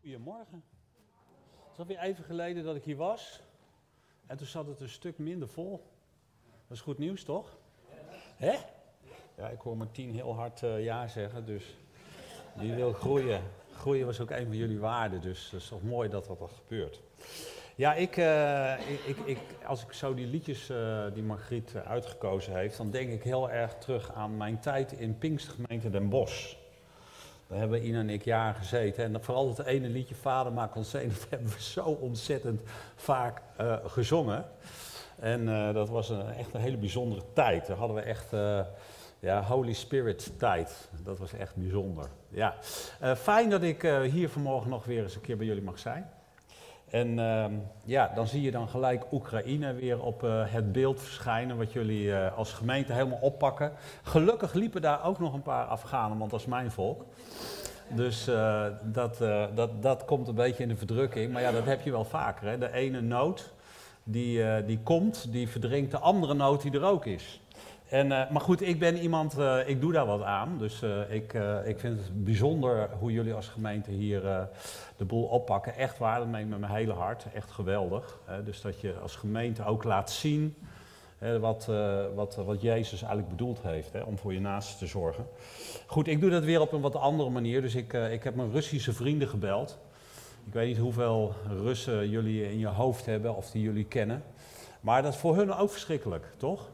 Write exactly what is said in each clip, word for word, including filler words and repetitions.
Goedemorgen. Het is alweer even geleden dat ik hier was. En toen zat het een stuk minder vol. Dat is goed nieuws, toch? Hè? Ja, ik hoor Martien heel hard uh, ja zeggen, dus die wil groeien. Groeien was ook een van jullie waarden, dus het is toch mooi dat dat, dat gebeurt. Ja, ik, uh, ik, ik, ik, als ik zo die liedjes uh, die Margriet uh, uitgekozen heeft, dan denk ik heel erg terug aan mijn tijd in Pinkstergemeente Den Bosch. Daar hebben Ina en ik jaren gezeten. En vooral het ene liedje, Vader maak ons zegen, dat hebben we zo ontzettend vaak uh, gezongen. En uh, dat was een, echt een hele bijzondere tijd. Daar hadden we echt uh, ja, Holy Spirit tijd. Dat was echt bijzonder. Ja. Uh, fijn dat ik uh, hier vanmorgen nog weer eens een keer bij jullie mag zijn. En uh, ja, dan zie je dan gelijk Oekraïne weer op uh, het beeld verschijnen, wat jullie uh, als gemeente helemaal oppakken. Gelukkig liepen daar ook nog een paar Afghanen, want dat is mijn volk. Dus uh, dat, uh, dat, dat komt een beetje in de verdrukking. Maar ja, dat heb je wel vaker. Hè? De ene nood die, uh, die komt, die verdringt de andere nood die er ook is. En, uh, maar goed, ik ben iemand, uh, ik doe daar wat aan. Dus uh, ik, uh, ik vind het bijzonder hoe jullie als gemeente hier uh, de boel oppakken. Echt waar, dat meen ik met mijn hele hart. Echt geweldig. Uh, dus dat je als gemeente ook laat zien uh, wat, uh, wat, wat Jezus eigenlijk bedoeld heeft. Hè, om voor je naasten te zorgen. Goed, ik doe dat weer op een wat andere manier. Dus ik, uh, ik heb mijn Russische vrienden gebeld. Ik weet niet hoeveel Russen jullie in je hoofd hebben of die jullie kennen. Maar dat is voor hun ook verschrikkelijk, toch?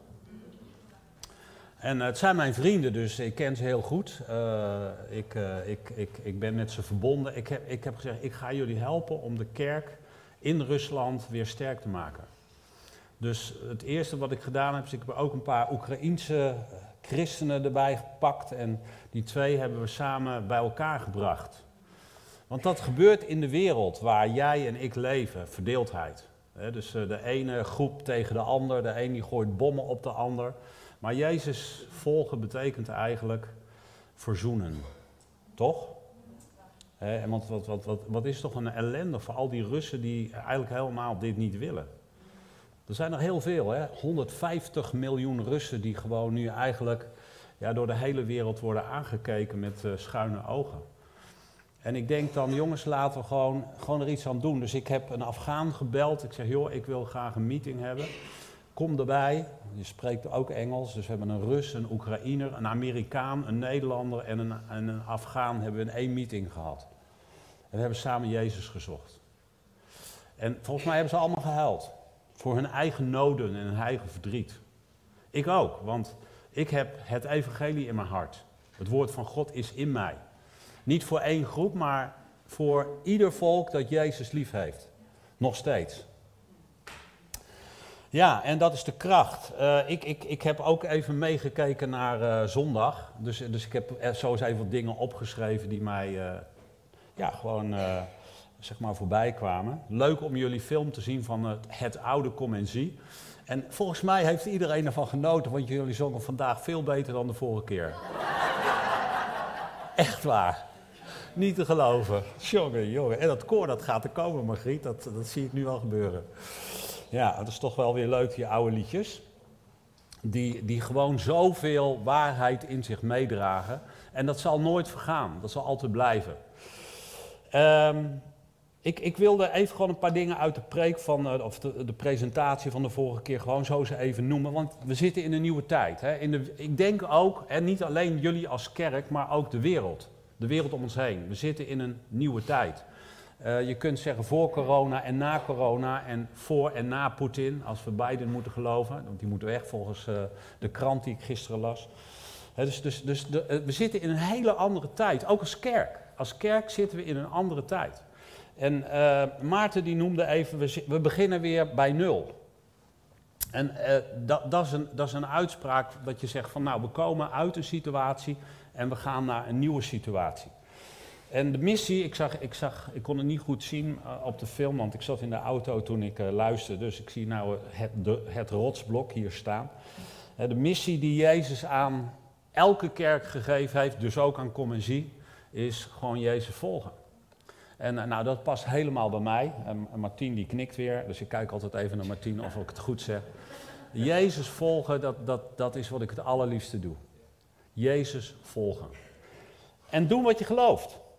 En uh, het zijn mijn vrienden, dus ik ken ze heel goed. Uh, ik, uh, ik, ik, ik ben met ze verbonden. Ik heb, ik heb gezegd, ik ga jullie helpen om de kerk in Rusland weer sterk te maken. Dus het eerste wat ik gedaan heb, is ik heb ook een paar Oekraïense christenen erbij gepakt. En die twee hebben we samen bij elkaar gebracht. Want dat gebeurt in de wereld waar jij en ik leven, verdeeldheid. He, dus uh, de ene groep tegen de ander, de een die gooit bommen op de ander. Maar Jezus volgen betekent eigenlijk verzoenen, toch? He, en want wat, wat, wat, wat is toch een ellende voor al die Russen die eigenlijk helemaal dit niet willen. Er zijn er heel veel, hè? honderdvijftig miljoen Russen die gewoon nu eigenlijk ja, door de hele wereld worden aangekeken met uh, schuine ogen. En ik denk dan, jongens, laten we gewoon, gewoon er iets aan doen. Dus ik heb een Afghaan gebeld. Ik zeg, joh, ik wil graag een meeting hebben. Kom erbij. Je spreekt ook Engels. Dus we hebben een Rus, een Oekraïner, een Amerikaan, een Nederlander en een, en een Afghaan hebben we in één meeting gehad. En we hebben samen Jezus gezocht. En volgens mij hebben ze allemaal gehuild. Voor hun eigen noden en hun eigen verdriet. Ik ook, want ik heb het evangelie in mijn hart. Het woord van God is in mij. Niet voor één groep, maar voor ieder volk dat Jezus lief heeft. Nog steeds. Ja, en dat is de kracht. Uh, ik, ik, ik heb ook even meegekeken naar uh, zondag. Dus, dus ik heb zo eens even wat dingen opgeschreven die mij uh, ja, gewoon uh, zeg maar voorbij kwamen. Leuk om jullie film te zien van het, het oude Kom en Zie. En volgens mij heeft iedereen ervan genoten, want jullie zongen vandaag veel beter dan de vorige keer. Echt waar. Niet te geloven. Jongen, jongen. En dat koor dat gaat er komen, Margriet. Dat, dat zie ik nu al gebeuren. Ja, het is toch wel weer leuk, die oude liedjes. Die, die gewoon zoveel waarheid in zich meedragen. En dat zal nooit vergaan. Dat zal altijd blijven. Um, ik, ik wilde even gewoon een paar dingen uit de preek van, of de, de presentatie van de vorige keer gewoon zo eens even noemen. Want we zitten in een nieuwe tijd. Hè. In de, ik denk ook, en niet alleen jullie als kerk, maar ook de wereld. De wereld om ons heen. We zitten in een nieuwe tijd. Uh, je kunt zeggen voor corona en na corona en voor en na Poetin, als we Biden moeten geloven. Want die moeten weg volgens uh, de krant die ik gisteren las. He, dus dus, dus de, uh, we zitten in een hele andere tijd, ook als kerk. Als kerk zitten we in een andere tijd. En uh, Maarten die noemde even, we, we beginnen weer bij nul. En uh, dat, dat, is een, dat is een uitspraak dat je zegt van nou, we komen uit een situatie en we gaan naar een nieuwe situatie. En de missie, ik, zag, ik, zag, ik kon het niet goed zien uh, op de film, want ik zat in de auto toen ik uh, luisterde. Dus ik zie nou het, de, het rotsblok hier staan. Uh, de missie die Jezus aan elke kerk gegeven heeft, dus ook aan Kom en Zie, is gewoon Jezus volgen. En uh, nou, dat past helemaal bij mij. En uh, Martien die knikt weer, dus ik kijk altijd even naar Martien of ik het goed zeg. Jezus volgen, dat, dat, dat is wat ik het allerliefste doe. Jezus volgen. En doen wat je gelooft.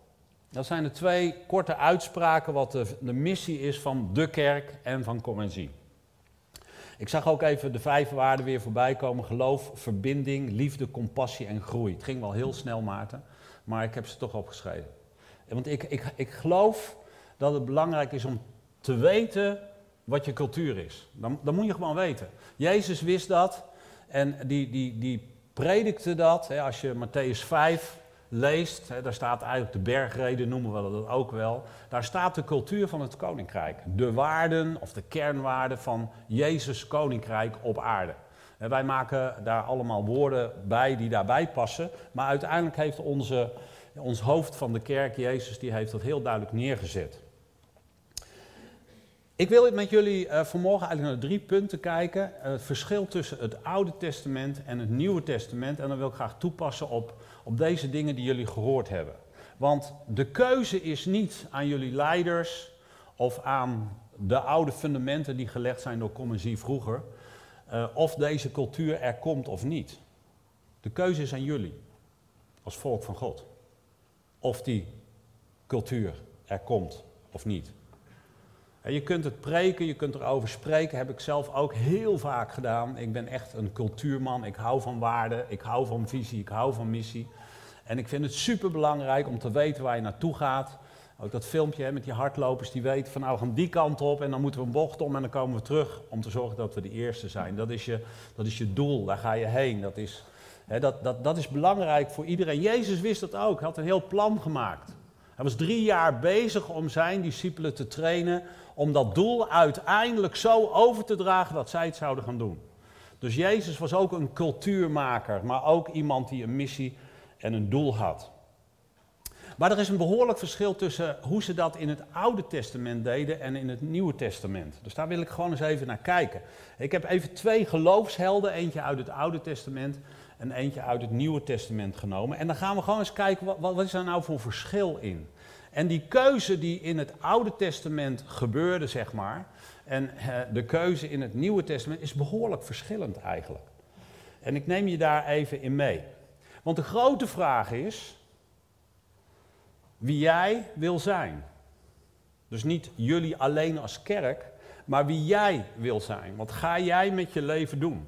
Dat zijn de twee korte uitspraken wat de, de missie is van de kerk en van Commercie. Ik zag ook even de vijf waarden weer voorbij komen. Geloof, verbinding, liefde, compassie en groei. Het ging wel heel snel, Maarten, maar ik heb ze toch opgeschreven. Want ik, ik, ik geloof dat het belangrijk is om te weten wat je cultuur is. Dan, dan moet je gewoon weten. Jezus wist dat en die, die, die predikte dat. Hè, als je Mattheüs vijf leest, hè, daar staat eigenlijk de bergreden, noemen we dat ook wel. Daar staat de cultuur van het koninkrijk. De waarden of de kernwaarden van Jezus' koninkrijk op aarde. En wij maken daar allemaal woorden bij die daarbij passen. Maar uiteindelijk heeft onze, ons hoofd van de kerk, Jezus, die heeft dat heel duidelijk neergezet. Ik wil met jullie uh, vanmorgen eigenlijk naar drie punten kijken. Uh, het verschil tussen het Oude Testament en het Nieuwe Testament. En dan wil ik graag toepassen op, op deze dingen die jullie gehoord hebben. Want de keuze is niet aan jullie leiders of aan de oude fundamenten die gelegd zijn door Commercie vroeger. Uh, of deze cultuur er komt of niet. De keuze is aan jullie, als volk van God. Of die cultuur er komt of niet. Je kunt het preken, je kunt erover spreken, heb ik zelf ook heel vaak gedaan. Ik ben echt een cultuurman, ik hou van waarden, ik hou van visie, ik hou van missie. En ik vind het superbelangrijk om te weten waar je naartoe gaat. Ook dat filmpje hè, met die hardlopers die weten van nou we gaan die kant op en dan moeten we een bocht om en dan komen we terug om te zorgen dat we de eerste zijn. Dat is je, dat is je doel, daar ga je heen. Dat is, hè, dat, dat, dat is belangrijk voor iedereen. Jezus wist dat ook, hij had een heel plan gemaakt. Hij was drie jaar bezig om zijn discipelen te trainen om dat doel uiteindelijk zo over te dragen dat zij het zouden gaan doen. Dus Jezus was ook een cultuurmaker, maar ook iemand die een missie en een doel had. Maar er is een behoorlijk verschil tussen hoe ze dat in het Oude Testament deden en in het Nieuwe Testament. Dus daar wil ik gewoon eens even naar kijken. Ik heb even twee geloofshelden, eentje uit het Oude Testament en eentje uit het Nieuwe Testament genomen. En dan gaan we gewoon eens kijken, wat, wat is daar nou voor verschil in? En die keuze die in het Oude Testament gebeurde, zeg maar, en uh, de keuze in het Nieuwe Testament is behoorlijk verschillend eigenlijk. En ik neem je daar even in mee. Want de grote vraag is wie jij wil zijn. Dus niet jullie alleen als kerk, maar wie jij wil zijn. Wat ga jij met je leven doen?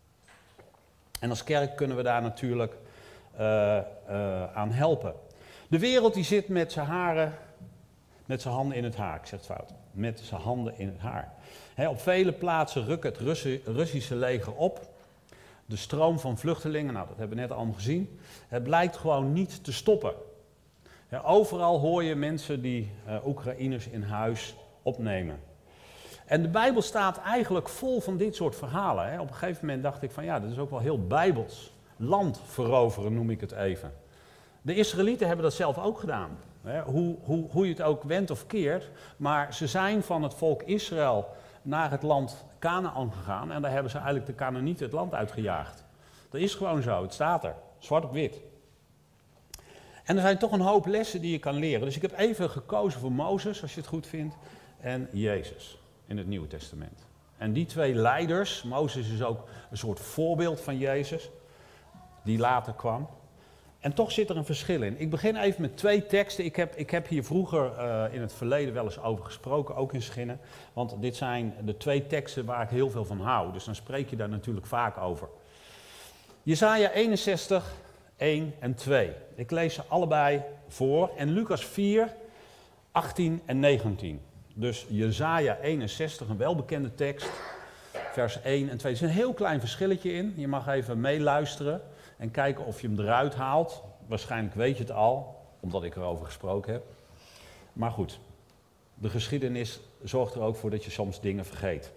En als kerk kunnen we daar natuurlijk uh, uh, aan helpen. De wereld die zit met zijn haren, met zijn handen in het haar. Ik zeg het fout. Met zijn handen in het haar. He, op vele plaatsen rukt het Russi- Russische leger op. De stroom van vluchtelingen, nou dat hebben we net allemaal gezien. Het blijkt gewoon niet te stoppen. Ja, overal hoor je mensen die uh, Oekraïners in huis opnemen. En de Bijbel staat eigenlijk vol van dit soort verhalen. Hè. Op een gegeven moment dacht ik van ja, dat is ook wel heel bijbels. Land veroveren noem ik het even. De Israëlieten hebben dat zelf ook gedaan. Hè. Hoe, hoe, hoe je het ook wendt of keert. Maar ze zijn van het volk Israël naar het land Kanaan gegaan. En daar hebben ze eigenlijk de Kanaanieten het land uitgejaagd. Dat is gewoon zo, het staat er. Zwart op wit. En er zijn toch een hoop lessen die je kan leren. Dus ik heb even gekozen voor Mozes, als je het goed vindt, en Jezus in het Nieuwe Testament. En die twee leiders, Mozes is ook een soort voorbeeld van Jezus, die later kwam. En toch zit er een verschil in. Ik begin even met twee teksten. Ik heb, ik heb hier vroeger uh, in het verleden wel eens over gesproken, ook in Schinnen. Want dit zijn de twee teksten waar ik heel veel van hou. Dus dan spreek je daar natuurlijk vaak over. Jesaja eenenzestig, één en twee. Ik lees ze allebei voor. En Lucas vier, achttien en negentien. Dus Jesaja eenenzestig, een welbekende tekst. Vers één en twee. Er is een heel klein verschilletje in. Je mag even meeluisteren en kijken of je hem eruit haalt. Waarschijnlijk weet je het al, omdat ik erover gesproken heb. Maar goed, de geschiedenis zorgt er ook voor dat je soms dingen vergeet.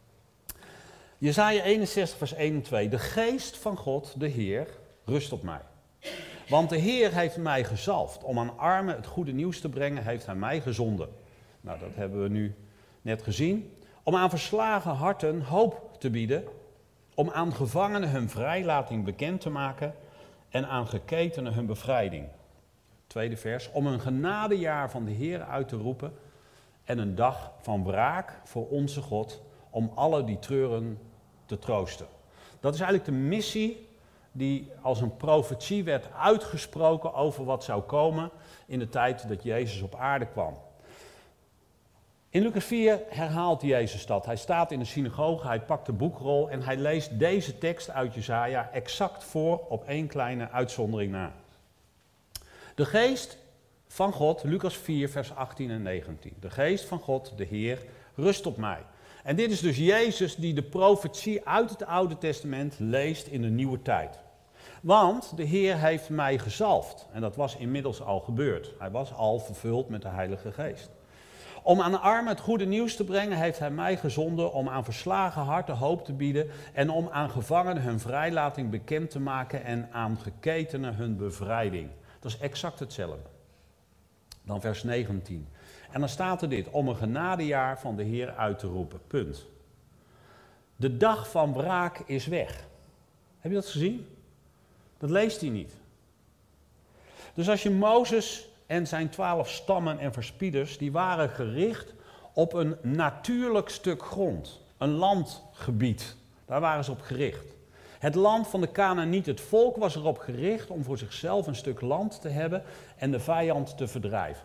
Jesaja eenenzestig, vers één en twee. De geest van God, de Heer, rust op mij. Want de Heer heeft mij gezalfd. Om aan armen het goede nieuws te brengen, heeft hij mij gezonden. Nou, dat hebben we nu net gezien. Om aan verslagen harten hoop te bieden. Om aan gevangenen hun vrijlating bekend te maken. En aan geketenen hun bevrijding. Tweede vers. Om een genadejaar van de Heer uit te roepen. En een dag van wraak voor onze God. Om alle die treuren te troosten. Dat is eigenlijk de missie die als een profetie werd uitgesproken over wat zou komen in de tijd dat Jezus op aarde kwam. In Lucas vier herhaalt Jezus dat. Hij staat in de synagoge, hij pakt de boekrol en hij leest deze tekst uit Jesaja exact voor op één kleine uitzondering na. De geest van God, Lucas vier, vers achttien en negentien. De geest van God, de Heer, rust op mij. En dit is dus Jezus die de profetie uit het Oude Testament leest in de nieuwe tijd. Want de Heer heeft mij gezalfd. En dat was inmiddels al gebeurd. Hij was al vervuld met de Heilige Geest. Om aan de armen het goede nieuws te brengen, heeft hij mij gezonden om aan verslagen harten hoop te bieden en om aan gevangenen hun vrijlating bekend te maken en aan geketenen hun bevrijding. Dat is exact hetzelfde. Dan vers negentien. En dan staat er dit, om een genadejaar van de Heer uit te roepen. Punt. De dag van wraak is weg. Heb je dat gezien? Dat leest hij niet. Dus als je Mozes en zijn twaalf stammen en verspieders, die waren gericht op een natuurlijk stuk grond. Een landgebied. Daar waren ze op gericht. Het land van de Kanaaniet, het volk was erop gericht om voor zichzelf een stuk land te hebben en de vijand te verdrijven.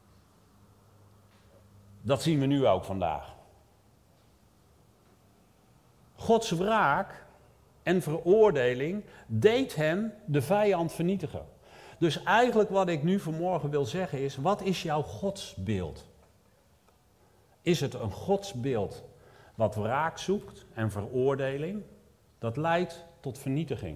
Dat zien we nu ook vandaag. Gods wraak en veroordeling deed hen de vijand vernietigen. Dus eigenlijk wat ik nu vanmorgen wil zeggen is, wat is jouw godsbeeld? Is het een godsbeeld wat wraak zoekt en veroordeling? Dat leidt tot vernietiging.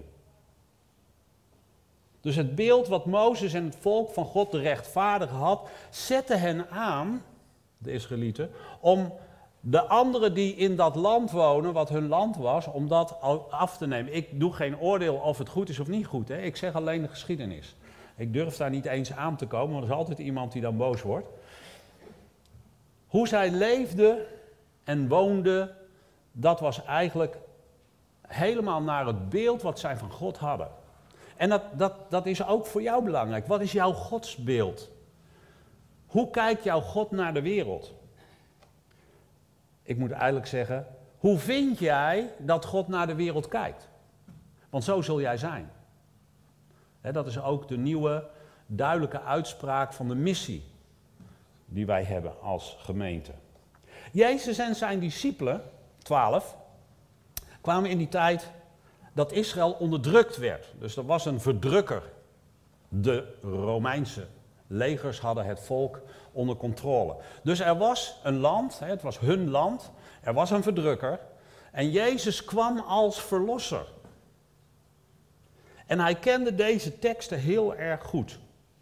Dus het beeld wat Mozes en het volk van God, de rechtvaardige, had, zette hen aan, de Israëlieten, om de anderen die in dat land wonen, wat hun land was, om dat af te nemen. Ik doe geen oordeel of het goed is of niet goed. Hè? Ik zeg alleen de geschiedenis. Ik durf daar niet eens aan te komen, want er is altijd iemand die dan boos wordt. Hoe zij leefden en woonden, dat was eigenlijk helemaal naar het beeld wat zij van God hadden. En dat, dat, dat is ook voor jou belangrijk. Wat is jouw godsbeeld? Hoe kijkt jouw God naar de wereld? Ik moet eigenlijk zeggen, hoe vind jij dat God naar de wereld kijkt? Want zo zul jij zijn. He, dat is ook de nieuwe, duidelijke uitspraak van de missie die wij hebben als gemeente. Jezus en zijn discipelen, twaalf, kwamen in die tijd dat Israël onderdrukt werd. Dus er was een verdrukker. De Romeinse legers hadden het volk onder controle. Dus er was een land, het was hun land, er was een verdrukker. En Jezus kwam als verlosser. En hij kende deze teksten heel erg goed.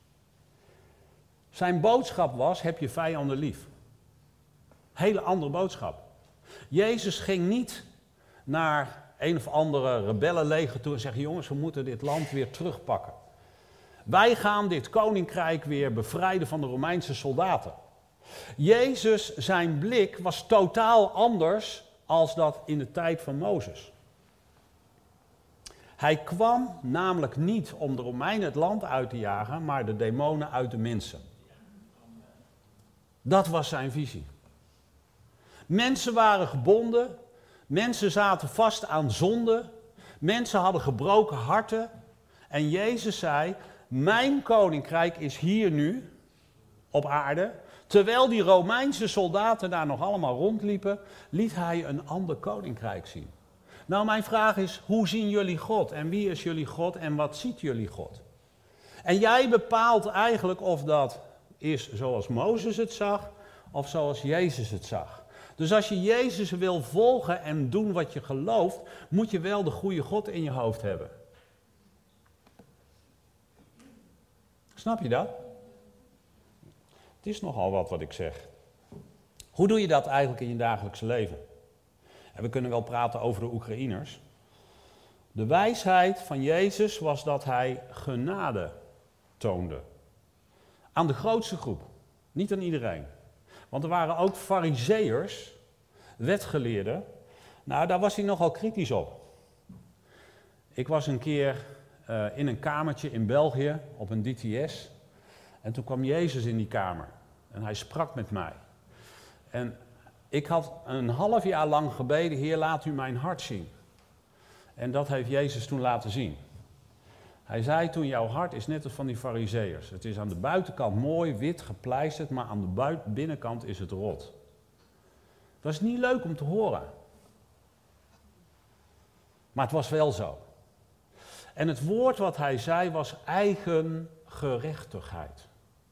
Zijn boodschap was, heb je vijanden lief. Hele andere boodschap. Jezus ging niet naar een of andere rebellenleger toe en zeggen, jongens, we moeten dit land weer terugpakken. Wij gaan dit koninkrijk weer bevrijden van de Romeinse soldaten. Jezus, zijn blik was totaal anders als dat in de tijd van Mozes. Hij kwam namelijk niet om de Romeinen het land uit te jagen, maar de demonen uit de mensen. Dat was zijn visie. Mensen waren gebonden, mensen zaten vast aan zonde, mensen hadden gebroken harten. En Jezus zei, mijn koninkrijk is hier nu, op aarde. Terwijl die Romeinse soldaten daar nog allemaal rondliepen, liet hij een ander koninkrijk zien. Nou, mijn vraag is, hoe zien jullie God? En wie is jullie God en wat ziet jullie God? En jij bepaalt eigenlijk of dat is zoals Mozes het zag, of zoals Jezus het zag. Dus als je Jezus wil volgen en doen wat je gelooft, moet je wel de goede God in je hoofd hebben. Snap je dat? Het is nogal wat wat ik zeg. Hoe doe je dat eigenlijk in je dagelijkse leven? En we kunnen wel praten over de Oekraïners. De wijsheid van Jezus was dat hij genade toonde. Aan de grootste groep, niet aan iedereen. Want er waren ook farizeeërs, wetgeleerden. Nou, daar was hij nogal kritisch op. Ik was een keer uh, in een kamertje in België op een D T S. En toen kwam Jezus in die kamer. En hij sprak met mij. En ik had een half jaar lang gebeden, Heer, laat u mijn hart zien. En dat heeft Jezus toen laten zien. Hij zei toen, jouw hart is net als van die farizeeërs. Het is aan de buitenkant mooi, wit, gepleisterd, maar aan de buit- binnenkant is het rot. Dat is niet leuk om te horen. Maar het was wel zo. En het woord wat hij zei was eigen gerechtigheid.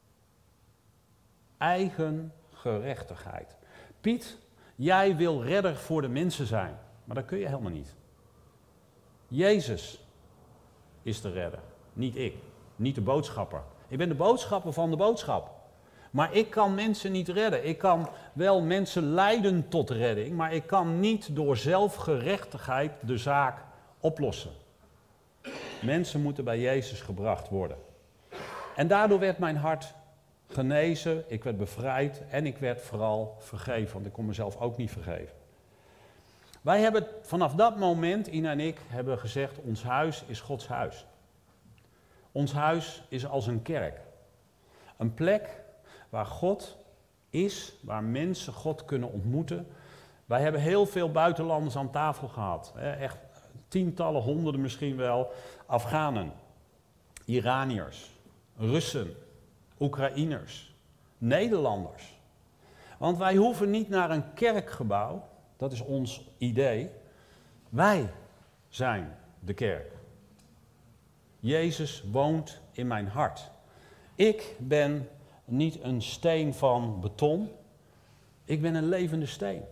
Eigen gerechtigheid. Piet, jij wil redder voor de mensen zijn, maar dat kun je helemaal niet. Jezus is de redder, niet ik, niet de boodschapper. Ik ben de boodschapper van de boodschap. Maar ik kan mensen niet redden. Ik kan wel mensen leiden tot redding, maar ik kan niet door zelfgerechtigheid de zaak oplossen. Mensen moeten bij Jezus gebracht worden. En daardoor werd mijn hart genezen, ik werd bevrijd en ik werd vooral vergeven, want ik kon mezelf ook niet vergeven. Wij hebben vanaf dat moment, Ina en ik, hebben gezegd, ons huis is Gods huis. Ons huis is als een kerk. Een plek waar God is, waar mensen God kunnen ontmoeten. Wij hebben heel veel buitenlanders aan tafel gehad. Echt tientallen, honderden misschien wel. Afghanen, Iraniërs, Russen, Oekraïners, Nederlanders. Want wij hoeven niet naar een kerkgebouw, dat is ons idee. Wij zijn de kerk. Jezus woont in mijn hart. Ik ben niet een steen van beton, ik ben een levende steen.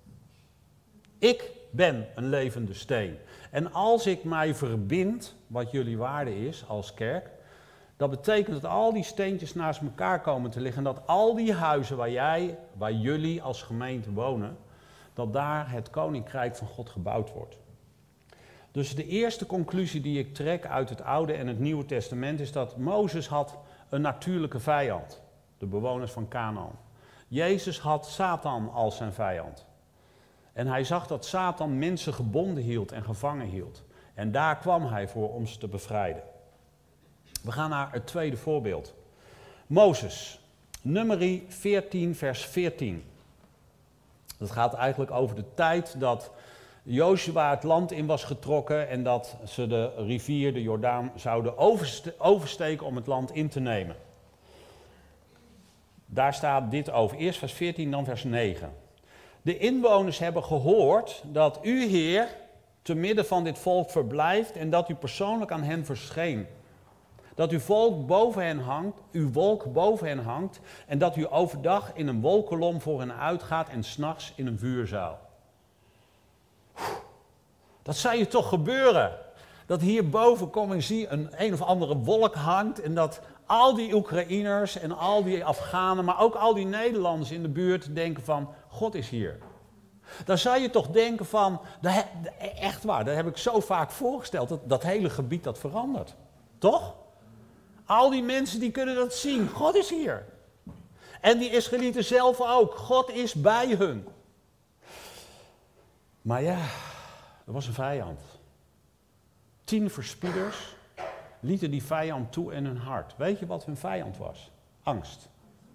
Ik ben een levende steen. En als ik mij verbind, wat jullie waarde is als kerk, dat betekent dat al die steentjes naast elkaar komen te liggen en dat al die huizen waar jij, waar jullie als gemeente wonen, dat daar het koninkrijk van God gebouwd wordt. Dus de eerste conclusie die ik trek uit het Oude en het Nieuwe Testament is dat Mozes had een natuurlijke vijand, de bewoners van Kanaan. Jezus had Satan als zijn vijand. En hij zag dat Satan mensen gebonden hield en gevangen hield. En daar kwam hij voor om ze te bevrijden. We gaan naar het tweede voorbeeld. Mozes, Numeri veertien, vers veertien. Dat gaat eigenlijk over de tijd dat Jozua het land in was getrokken en dat ze de rivier, de Jordaan, zouden overste- oversteken om het land in te nemen. Daar staat dit over. Eerst vers veertien, dan vers negen. De inwoners hebben gehoord dat u, Heer, te midden van dit volk verblijft en dat u persoonlijk aan hen verscheen. Dat uw volk boven hen hangt, uw wolk boven hen hangt en dat u overdag in een wolkolom voor hen uitgaat en 's nachts in een vuurzaal. Dat zou je toch gebeuren? Dat hierboven, kom en zie, een een of andere wolk hangt en dat al die Oekraïners en al die Afghanen, maar ook al die Nederlanders in de buurt denken van, God is hier. Dan zou je toch denken van, echt waar, dat heb ik zo vaak voorgesteld, dat, dat hele gebied dat verandert. Toch? Al die mensen die kunnen dat zien, God is hier. En die Israëlieten zelf ook, God is bij hun. Maar ja, er was een vijand. Tien verspieders lieten die vijand toe in hun hart. Weet je wat hun vijand was? Angst.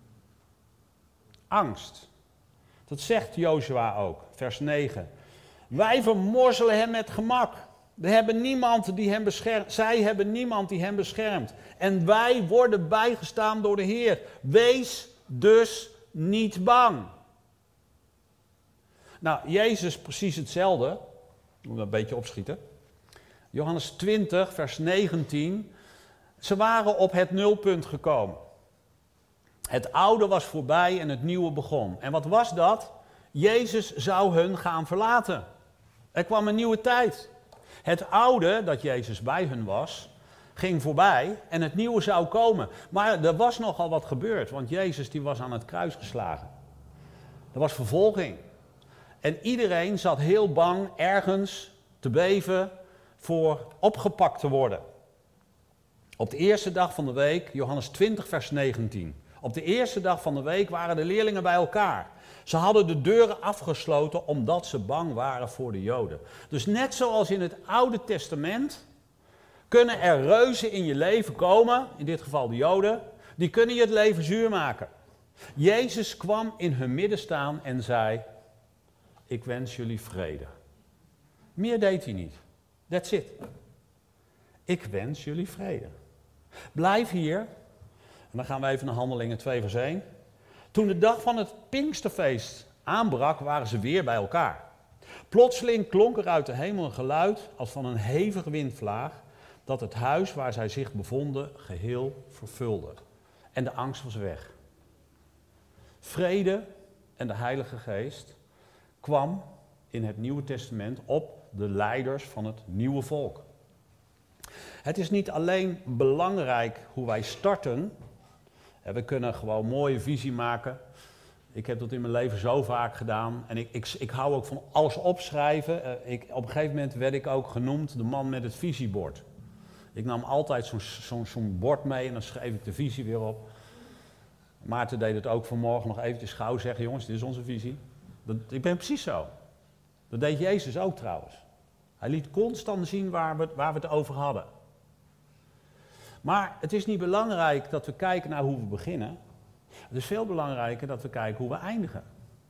Angst. Dat zegt Jozua ook, vers negen. Wij vermorzelen hem met gemak. We hebben niemand die hem beschermt. Zij hebben niemand die hem beschermt. En wij worden bijgestaan door de Heer. Wees dus niet bang. Nou, Jezus precies hetzelfde. Ik moet een beetje opschieten. Johannes twintig, vers negentien. Ze waren op het nulpunt gekomen. Het oude was voorbij en het nieuwe begon. En wat was dat? Jezus zou hun gaan verlaten. Er kwam een nieuwe tijd. Het oude, dat Jezus bij hun was, ging voorbij en het nieuwe zou komen. Maar er was nogal wat gebeurd, want Jezus die was aan het kruis geslagen. Er was vervolging. En iedereen zat heel bang ergens te beven voor opgepakt te worden. Op de eerste dag van de week, Johannes twintig, vers negentien. Op de eerste dag van de week waren de leerlingen bij elkaar. Ze hadden de deuren afgesloten omdat ze bang waren voor de Joden. Dus net zoals in het Oude Testament kunnen er reuzen in je leven komen, in dit geval de Joden, die kunnen je het leven zuur maken. Jezus kwam in hun midden staan en zei, ik wens jullie vrede. Meer deed hij niet. That's it. Ik wens jullie vrede. Blijf hier. En dan gaan we even naar Handelingen twee vers één. Toen de dag van het Pinksterfeest aanbrak, waren ze weer bij elkaar. Plotseling klonk er uit de hemel een geluid als van een hevige windvlaag, dat het huis waar zij zich bevonden geheel vervulde. En de angst was weg. Vrede en de Heilige Geest kwam in het Nieuwe Testament op de leiders van het nieuwe volk. Het is niet alleen belangrijk hoe wij starten. We kunnen gewoon een mooie visie maken. Ik heb dat in mijn leven zo vaak gedaan. En ik, ik, ik hou ook van alles opschrijven. Ik, op een gegeven moment werd ik ook genoemd de man met het visiebord. Ik nam altijd zo'n zo'n zo'n bord mee en dan schreef ik de visie weer op. Maarten deed het ook vanmorgen nog eventjes gauw zeggen, jongens, dit is onze visie. Dat, ik ben precies zo. Dat deed Jezus ook trouwens. Hij liet constant zien waar we, waar we het over hadden. Maar het is niet belangrijk dat we kijken naar hoe we beginnen. Het is veel belangrijker dat we kijken hoe we eindigen.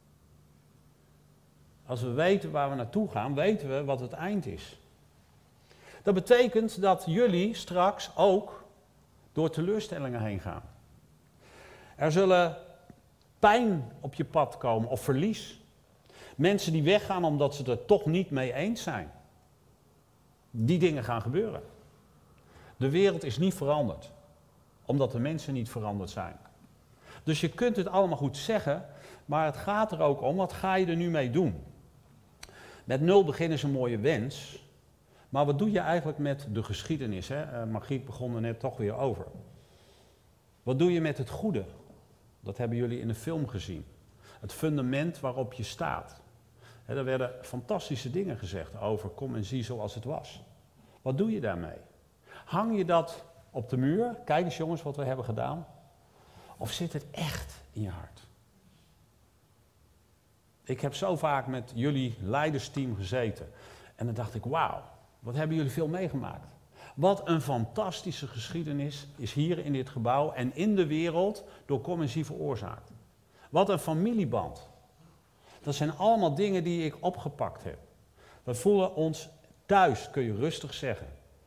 Als we weten waar we naartoe gaan, weten we wat het eind is. Dat betekent dat jullie straks ook door teleurstellingen heen gaan. Er zullen pijn op je pad komen of verlies. Mensen die weggaan omdat ze er toch niet mee eens zijn. Die dingen gaan gebeuren. De wereld is niet veranderd, omdat de mensen niet veranderd zijn. Dus je kunt het allemaal goed zeggen, maar het gaat er ook om, wat ga je er nu mee doen? Met nul beginnen is een mooie wens, maar wat doe je eigenlijk met de geschiedenis? Hè? Uh, Margriet begon er net toch weer over. Wat doe je met het goede? Dat hebben jullie in de film gezien. Het fundament waarop je staat. Hè, er werden fantastische dingen gezegd over kom en zie zoals het was. Wat doe je daarmee? Hang je dat op de muur? Kijk eens jongens wat we hebben gedaan. Of zit het echt in je hart? Ik heb zo vaak met jullie leidersteam gezeten. En dan dacht ik, wauw, wat hebben jullie veel meegemaakt. Wat een fantastische geschiedenis is hier in dit gebouw en in de wereld door kom en zie veroorzaakt. Wat een familieband. Dat zijn allemaal dingen die ik opgepakt heb. We voelen ons thuis, kun je rustig zeggen.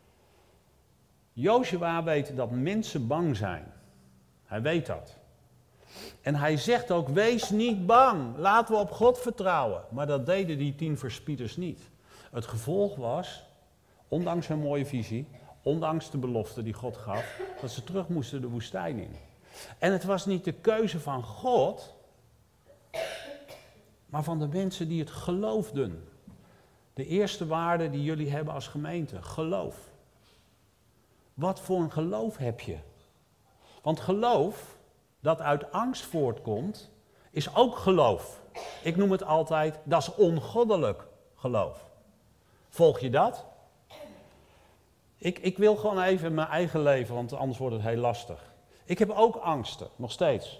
Jozua weet dat mensen bang zijn. Hij weet dat. En hij zegt ook, wees niet bang, laten we op God vertrouwen. Maar dat deden die tien verspieders niet. Het gevolg was, ondanks hun mooie visie, ondanks de belofte die God gaf, dat ze terug moesten de woestijn in. En het was niet de keuze van God, maar van de mensen die het geloofden. De eerste waarde die jullie hebben als gemeente, geloof. Wat voor een geloof heb je? Want geloof dat uit angst voortkomt, is ook geloof. Ik noem het altijd, dat is ongoddelijk geloof. Volg je dat? Ik, ik wil gewoon even mijn eigen leven, want anders wordt het heel lastig. Ik heb ook angsten, nog steeds.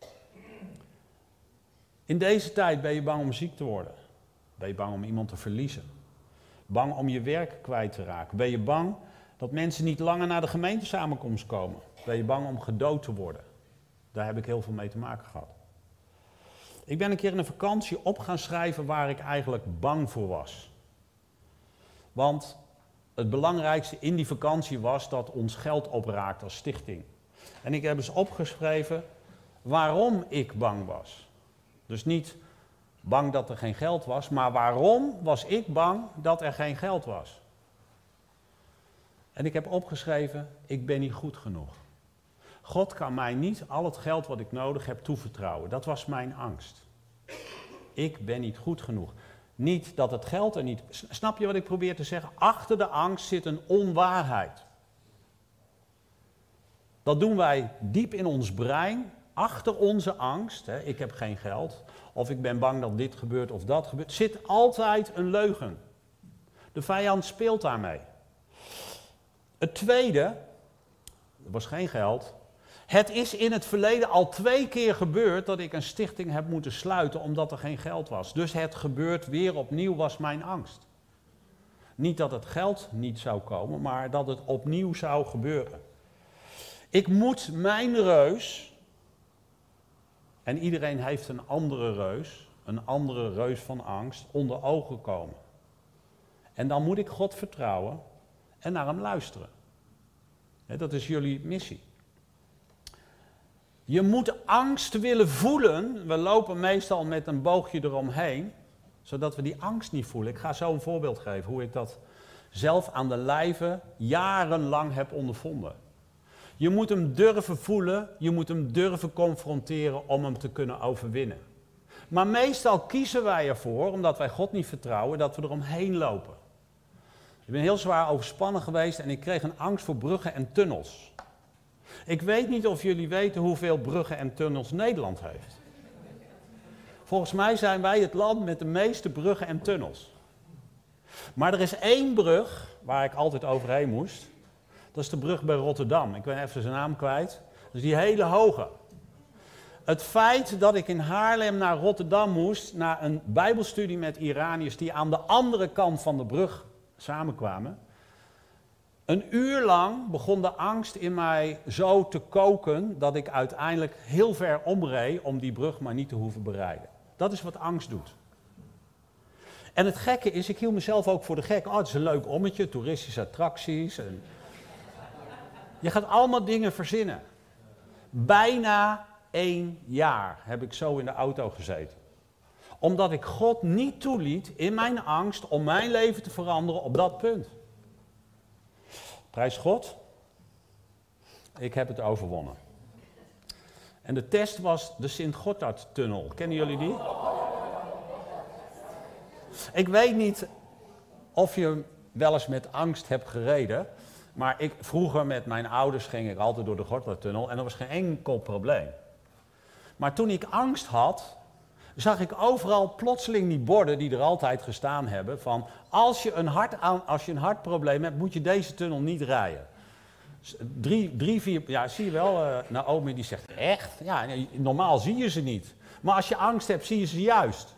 In deze tijd ben je bang om ziek te worden. Ben je bang om iemand te verliezen. Bang om je werk kwijt te raken. Ben je bang dat mensen niet langer naar de gemeentesamenkomst komen. Ben je bang om gedood te worden. Daar heb ik heel veel mee te maken gehad. Ik ben een keer in een vakantie op gaan schrijven waar ik eigenlijk bang voor was. Want het belangrijkste in die vakantie was dat ons geld opraakte als stichting. En ik heb eens opgeschreven waarom ik bang was. Dus niet bang dat er geen geld was, maar waarom was ik bang dat er geen geld was? En ik heb opgeschreven, ik ben niet goed genoeg. God kan mij niet al het geld wat ik nodig heb toevertrouwen. Dat was mijn angst. Ik ben niet goed genoeg. Niet dat het geld er niet... Snap je wat ik probeer te zeggen? Achter de angst zit een onwaarheid. Dat doen wij diep in ons brein, achter onze angst. Hè, ik heb geen geld, of ik ben bang dat dit gebeurt of dat gebeurt. Zit altijd een leugen. De vijand speelt daarmee. Het tweede, er was geen geld. Het is in het verleden al twee keer gebeurd dat ik een stichting heb moeten sluiten omdat er geen geld was. Dus het gebeurt weer opnieuw, was mijn angst. Niet dat het geld niet zou komen, maar dat het opnieuw zou gebeuren. Ik moet mijn reus, en iedereen heeft een andere reus, een andere reus van angst, onder ogen komen. En dan moet ik God vertrouwen en naar hem luisteren. He, dat is jullie missie. Je moet angst willen voelen. We lopen meestal met een boogje eromheen, zodat we die angst niet voelen. Ik ga zo een voorbeeld geven hoe ik dat zelf aan de lijve jarenlang heb ondervonden. Je moet hem durven voelen, je moet hem durven confronteren om hem te kunnen overwinnen. Maar meestal kiezen wij ervoor, omdat wij God niet vertrouwen, dat we eromheen lopen. Ik ben heel zwaar overspannen geweest en ik kreeg een angst voor bruggen en tunnels. Ik weet niet of jullie weten hoeveel bruggen en tunnels Nederland heeft. Volgens mij zijn wij het land met de meeste bruggen en tunnels. Maar er is één brug waar ik altijd overheen moest. Dat is de brug bij Rotterdam. Ik ben even zijn naam kwijt. Dus die hele hoge. Het feit dat ik in Haarlem naar Rotterdam moest, naar een bijbelstudie met Iraniërs die aan de andere kant van de brug samenkwamen. Een uur lang begon de angst in mij zo te koken dat ik uiteindelijk heel ver omreed om die brug maar niet te hoeven bereiden. Dat is wat angst doet. En het gekke is, ik hield mezelf ook voor de gek. Oh, het is een leuk ommetje, toeristische attracties. En je gaat allemaal dingen verzinnen. Bijna één jaar heb ik zo in de auto gezeten. Omdat ik God niet toeliet in mijn angst om mijn leven te veranderen op dat punt. Prijs God, ik heb het overwonnen. En de test was de Sint-Gotthardtunnel. Kennen jullie die? Ik weet niet of je wel eens met angst hebt gereden. Maar ik, vroeger met mijn ouders ging ik altijd door de Gotthardtunnel en dat was geen enkel probleem. Maar toen ik angst had, zag ik overal plotseling die borden die er altijd gestaan hebben van als je een, hart aan, als je een hartprobleem hebt, moet je deze tunnel niet rijden. Drie, drie vier, ja zie je wel, uh, Naomi die zegt echt? Ja, normaal zie je ze niet. Maar als je angst hebt, zie je ze juist.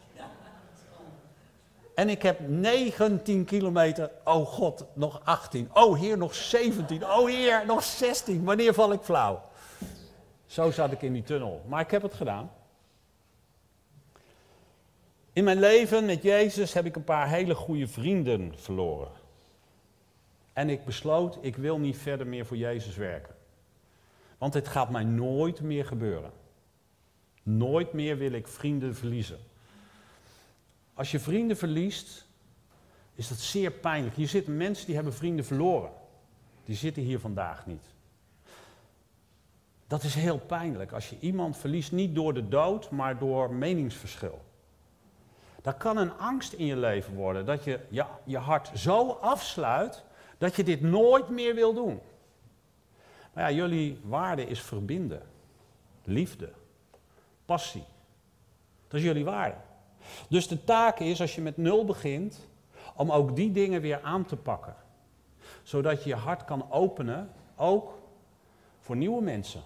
En ik heb negentien kilometer, oh God, nog achttien. Oh Heer, nog zeventien. Oh Heer, nog zestien. Wanneer val ik flauw? Zo zat ik in die tunnel. Maar ik heb het gedaan. In mijn leven met Jezus heb ik een paar hele goede vrienden verloren. En ik besloot, ik wil niet verder meer voor Jezus werken. Want dit gaat mij nooit meer gebeuren. Nooit meer wil ik vrienden verliezen. Als je vrienden verliest, is dat zeer pijnlijk. Hier zitten mensen die hebben vrienden verloren. Die zitten hier vandaag niet. Dat is heel pijnlijk. Als je iemand verliest, niet door de dood, maar door meningsverschil. Dat kan een angst in je leven worden, dat je je, je hart zo afsluit, dat je dit nooit meer wil doen. Maar ja, jullie waarde is verbinden. Liefde. Passie. Dat is jullie waarde. Dus de taak is, als je met nul begint, om ook die dingen weer aan te pakken. Zodat je je hart kan openen, ook voor nieuwe mensen.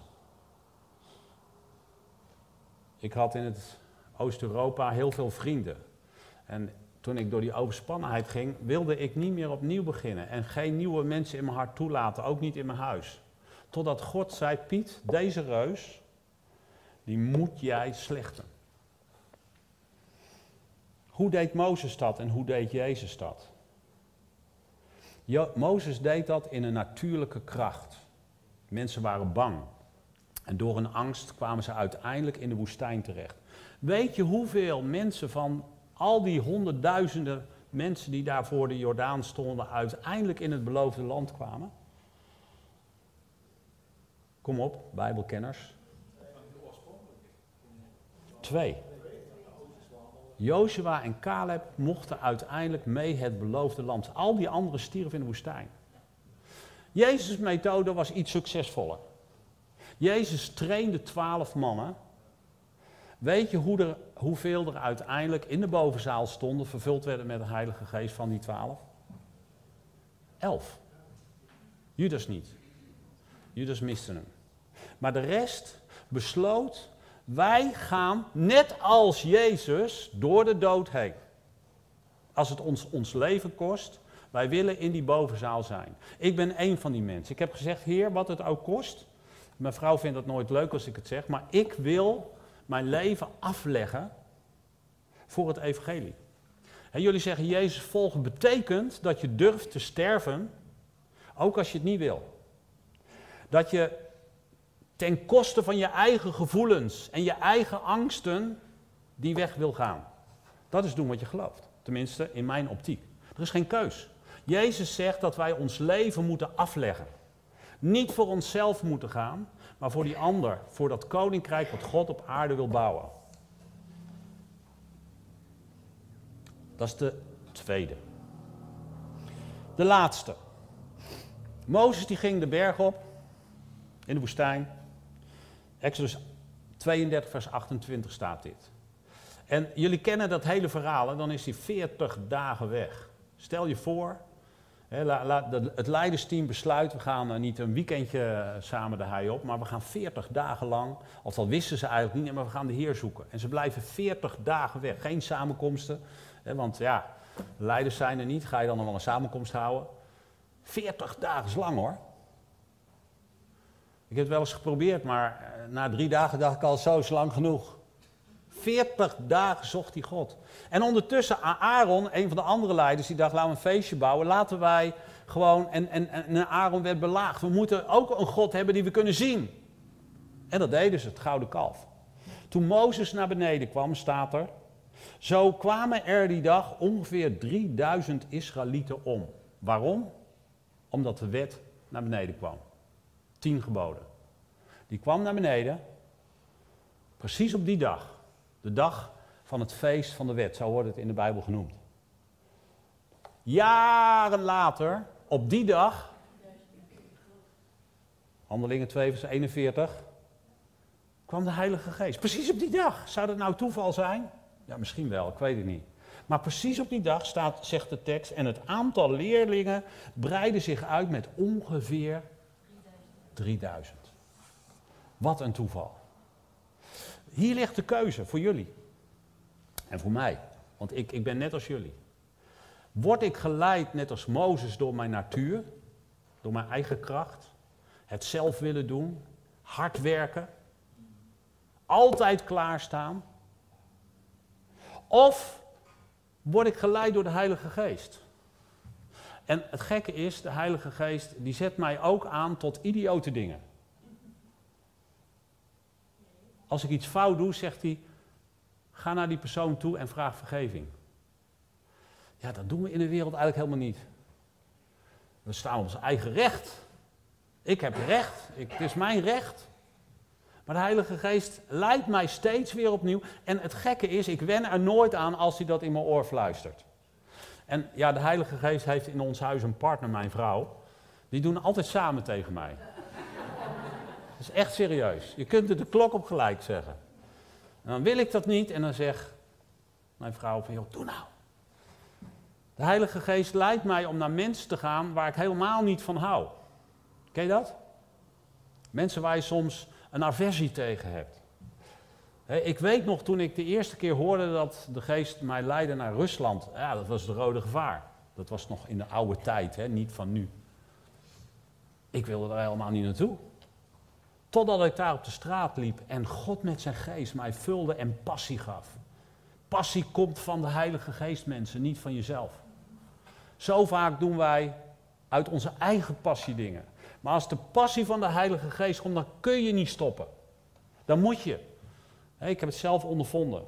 Ik had in het Oost-Europa heel veel vrienden. En toen ik door die overspannenheid ging, wilde ik niet meer opnieuw beginnen. En geen nieuwe mensen in mijn hart toelaten, ook niet in mijn huis. Totdat God zei, Piet, deze reus, die moet jij slechten. Hoe deed Mozes dat en hoe deed Jezus dat? Jo- Mozes deed dat in een natuurlijke kracht. Mensen waren bang. En door een angst kwamen ze uiteindelijk in de woestijn terecht. Weet je hoeveel mensen van al die honderdduizenden mensen die daar voor de Jordaan stonden, uiteindelijk in het beloofde land kwamen? Kom op, Bijbelkenners. Twee. Jozua en Caleb mochten uiteindelijk mee het beloofde land. Al die anderen stierven in de woestijn. Jezus' methode was iets succesvoller. Jezus trainde twaalf mannen. Weet je hoe er, hoeveel er uiteindelijk in de bovenzaal stonden, vervuld werden met de Heilige Geest van die twaalf? Elf. Judas niet. Judas miste hem. Maar de rest besloot, wij gaan net als Jezus door de dood heen. Als het ons ons leven kost, wij willen in die bovenzaal zijn. Ik ben één van die mensen. Ik heb gezegd, Heer, wat het ook kost. Mijn vrouw vindt het nooit leuk als ik het zeg, maar ik wil mijn leven afleggen voor het evangelie. En jullie zeggen, Jezus volgen betekent dat je durft te sterven Ook als je het niet wil. Dat je ten koste van je eigen gevoelens en je eigen angsten die weg wil gaan. Dat is doen wat je gelooft. Tenminste, in mijn optiek. Er is geen keus. Jezus zegt dat wij ons leven moeten afleggen. Niet voor onszelf moeten gaan, maar voor die ander. Voor dat koninkrijk wat God op aarde wil bouwen. Dat is de tweede. De laatste. Mozes die ging de berg op, in de woestijn. Exodus tweeëndertig vers achtentwintig staat dit. En jullie kennen dat hele verhaal, en dan is hij veertig dagen weg. Stel je voor, hè, la, la, de, het leidersteam besluit, we gaan uh, niet een weekendje uh, samen de hei op, maar we gaan veertig dagen lang, of dat wisten ze eigenlijk niet, maar we gaan de Heer zoeken. En ze blijven veertig dagen weg, geen samenkomsten, hè, want ja, de leiders zijn er niet, ga je dan nog wel een samenkomst houden? veertig dagen is lang hoor. Ik heb het wel eens geprobeerd, maar uh, na drie dagen dacht ik al, zo is lang genoeg. veertig dagen zocht hij God. En ondertussen Aaron, een van de andere leiders, die dacht, laten we een feestje bouwen. Laten wij gewoon, en, en, en Aaron werd belaagd. We moeten ook een God hebben die we kunnen zien. En dat deden ze, het gouden kalf. Toen Mozes naar beneden kwam, staat er, zo kwamen er die dag ongeveer drieduizend Israëlieten om. Waarom? Omdat de wet naar beneden kwam. Tien geboden. Die kwam naar beneden, precies op die dag. De dag van het feest van de wet, zo wordt het in de Bijbel genoemd. Jaren later, op die dag, Handelingen twee vers eenenveertig, kwam de Heilige Geest. Precies op die dag. Zou dat nou toeval zijn? Ja, misschien wel, ik weet het niet. Maar precies op die dag staat, zegt de tekst, en het aantal leerlingen breidde zich uit met ongeveer drieduizend. Wat een toeval. Hier ligt de keuze voor jullie. En voor mij. Want ik, ik ben net als jullie. Word ik geleid net als Mozes door mijn natuur? Door mijn eigen kracht? Het zelf willen doen? Hard werken? Altijd klaarstaan? Of word ik geleid door de Heilige Geest? En het gekke is, de Heilige Geest die zet mij ook aan tot idiote dingen. Als ik iets fout doe, zegt hij, ga naar die persoon toe en vraag vergeving. Ja, dat doen we in de wereld eigenlijk helemaal niet. We staan op ons eigen recht. Ik heb recht, ik, het is mijn recht. Maar de Heilige Geest leidt mij steeds weer opnieuw. En het gekke is, ik wen er nooit aan als hij dat in mijn oor fluistert. En ja, de Heilige Geest heeft in ons huis een partner, mijn vrouw. Die doen altijd samen tegen mij. Dat is echt serieus. Je kunt er de klok op gelijk zeggen. En dan wil ik dat niet en dan zegt mijn vrouw van, joh, doe nou. De Heilige Geest leidt mij om naar mensen te gaan waar ik helemaal niet van hou. Ken je dat? Mensen waar je soms een aversie tegen hebt. He, ik weet nog toen ik de eerste keer hoorde dat de Geest mij leidde naar Rusland. Ja, dat was de rode gevaar. Dat was nog in de oude tijd, hè, niet van nu. Ik wilde er helemaal niet naartoe. Totdat ik daar op de straat liep en God met zijn geest mij vulde en passie gaf. Passie komt van de Heilige Geest, mensen, niet van jezelf. Zo vaak doen wij uit onze eigen passie dingen. Maar als de passie van de Heilige Geest komt, dan kun je niet stoppen. Dan moet je. Ik heb het zelf ondervonden.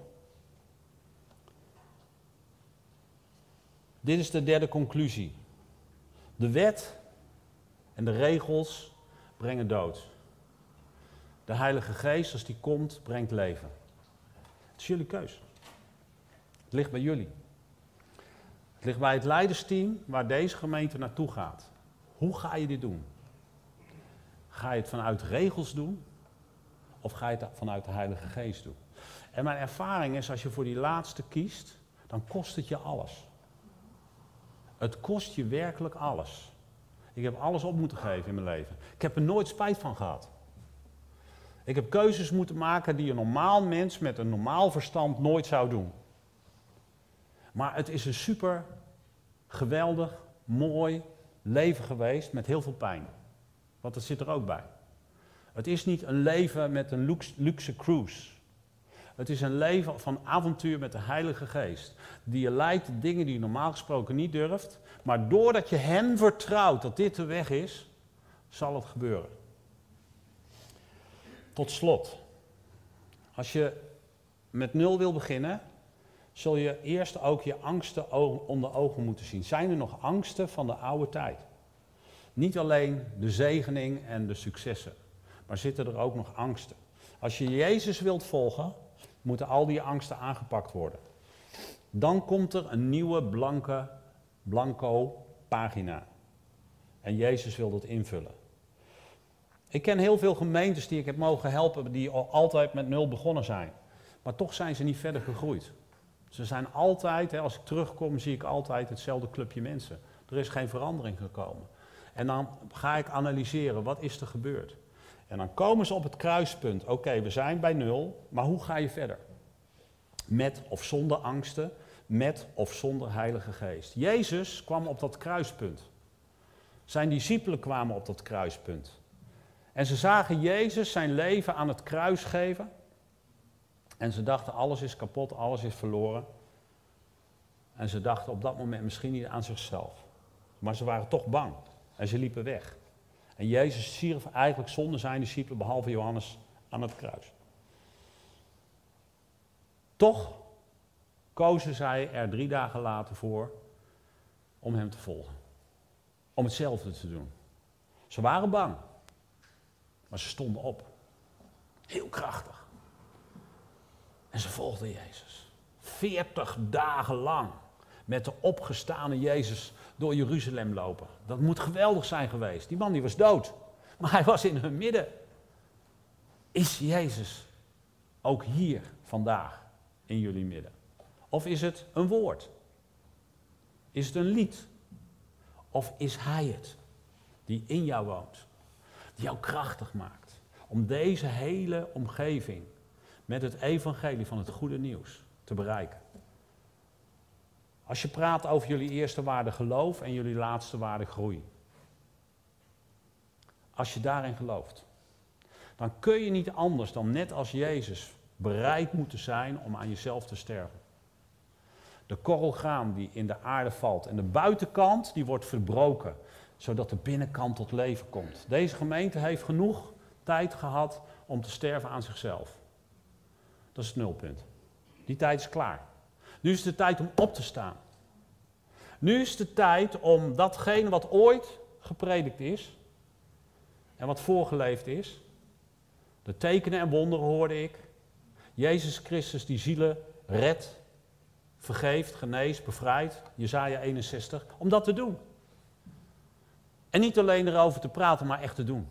Dit is de derde conclusie. De wet en de regels brengen dood. De Heilige Geest, als die komt, brengt leven. Het is jullie keus. Het ligt bij jullie. Het ligt bij het leidersteam waar deze gemeente naartoe gaat. Hoe ga je dit doen? Ga je het vanuit regels doen? Of ga je het vanuit de Heilige Geest doen? En mijn ervaring is, als je voor die laatste kiest, dan kost het je alles. Het kost je werkelijk alles. Ik heb alles op moeten geven in mijn leven. Ik heb er nooit spijt van gehad. Ik heb keuzes moeten maken die een normaal mens met een normaal verstand nooit zou doen. Maar het is een super geweldig, mooi leven geweest met heel veel pijn. Want dat zit er ook bij. Het is niet een leven met een luxe, luxe cruise. Het is een leven van avontuur met de Heilige Geest. Die je leidt tot dingen die je normaal gesproken niet durft. Maar doordat je hen vertrouwt dat dit de weg is, zal het gebeuren. Tot slot. Als je met nul wil beginnen, zul je eerst ook je angsten onder ogen moeten zien. Zijn er nog angsten van de oude tijd? Niet alleen de zegening en de successen, maar zitten er ook nog angsten. Als je Jezus wilt volgen, moeten al die angsten aangepakt worden. Dan komt er een nieuwe blanke, blanco pagina. En Jezus wil dat invullen. Ik ken heel veel gemeentes die ik heb mogen helpen, die al altijd met nul begonnen zijn. Maar toch zijn ze niet verder gegroeid. Ze zijn altijd, hè, als ik terugkom, zie ik altijd hetzelfde clubje mensen. Er is geen verandering gekomen. En dan ga ik analyseren, wat is er gebeurd? En dan komen ze op het kruispunt. Oké, okay, we zijn bij nul, maar hoe ga je verder? Met of zonder angsten, met of zonder Heilige Geest. Jezus kwam op dat kruispunt. Zijn discipelen kwamen op dat kruispunt. En ze zagen Jezus zijn leven aan het kruis geven. En ze dachten, alles is kapot, alles is verloren. En ze dachten op dat moment misschien niet aan zichzelf. Maar ze waren toch bang. En ze liepen weg. En Jezus stierf eigenlijk zonder zijn discipelen, behalve Johannes, aan het kruis. Toch kozen zij er drie dagen later voor om hem te volgen. Om hetzelfde te doen. Ze waren bang. Maar ze stonden op. Heel krachtig. En ze volgden Jezus. Veertig dagen lang met de opgestane Jezus door Jeruzalem lopen. Dat moet geweldig zijn geweest. Die man die was dood. Maar hij was in hun midden. Is Jezus ook hier vandaag in jullie midden? Of is het een woord? Is het een lied? Of is hij het die in jou woont? Die jou krachtig maakt om deze hele omgeving met het evangelie van het goede nieuws te bereiken. Als je praat over jullie eerste waarde geloof en jullie laatste waarde groei. Als je daarin gelooft, dan kun je niet anders dan net als Jezus bereid moeten zijn om aan jezelf te sterven. De korrelgraan die in de aarde valt en de buitenkant die wordt verbroken, zodat de binnenkant tot leven komt. Deze gemeente heeft genoeg tijd gehad om te sterven aan zichzelf. Dat is het nulpunt. Die tijd is klaar. Nu is het de tijd om op te staan. Nu is de tijd om datgene wat ooit gepredikt is en wat voorgeleefd is. De tekenen en wonderen hoorde ik. Jezus Christus die zielen redt, vergeeft, geneest, bevrijdt. Jesaja eenenzestig. Om dat te doen. En niet alleen erover te praten, maar echt te doen.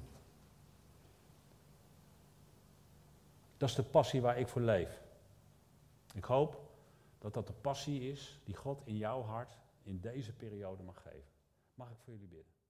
Dat is de passie waar ik voor leef. Ik hoop dat dat de passie is die God in jouw hart in deze periode mag geven. Mag ik voor jullie bidden?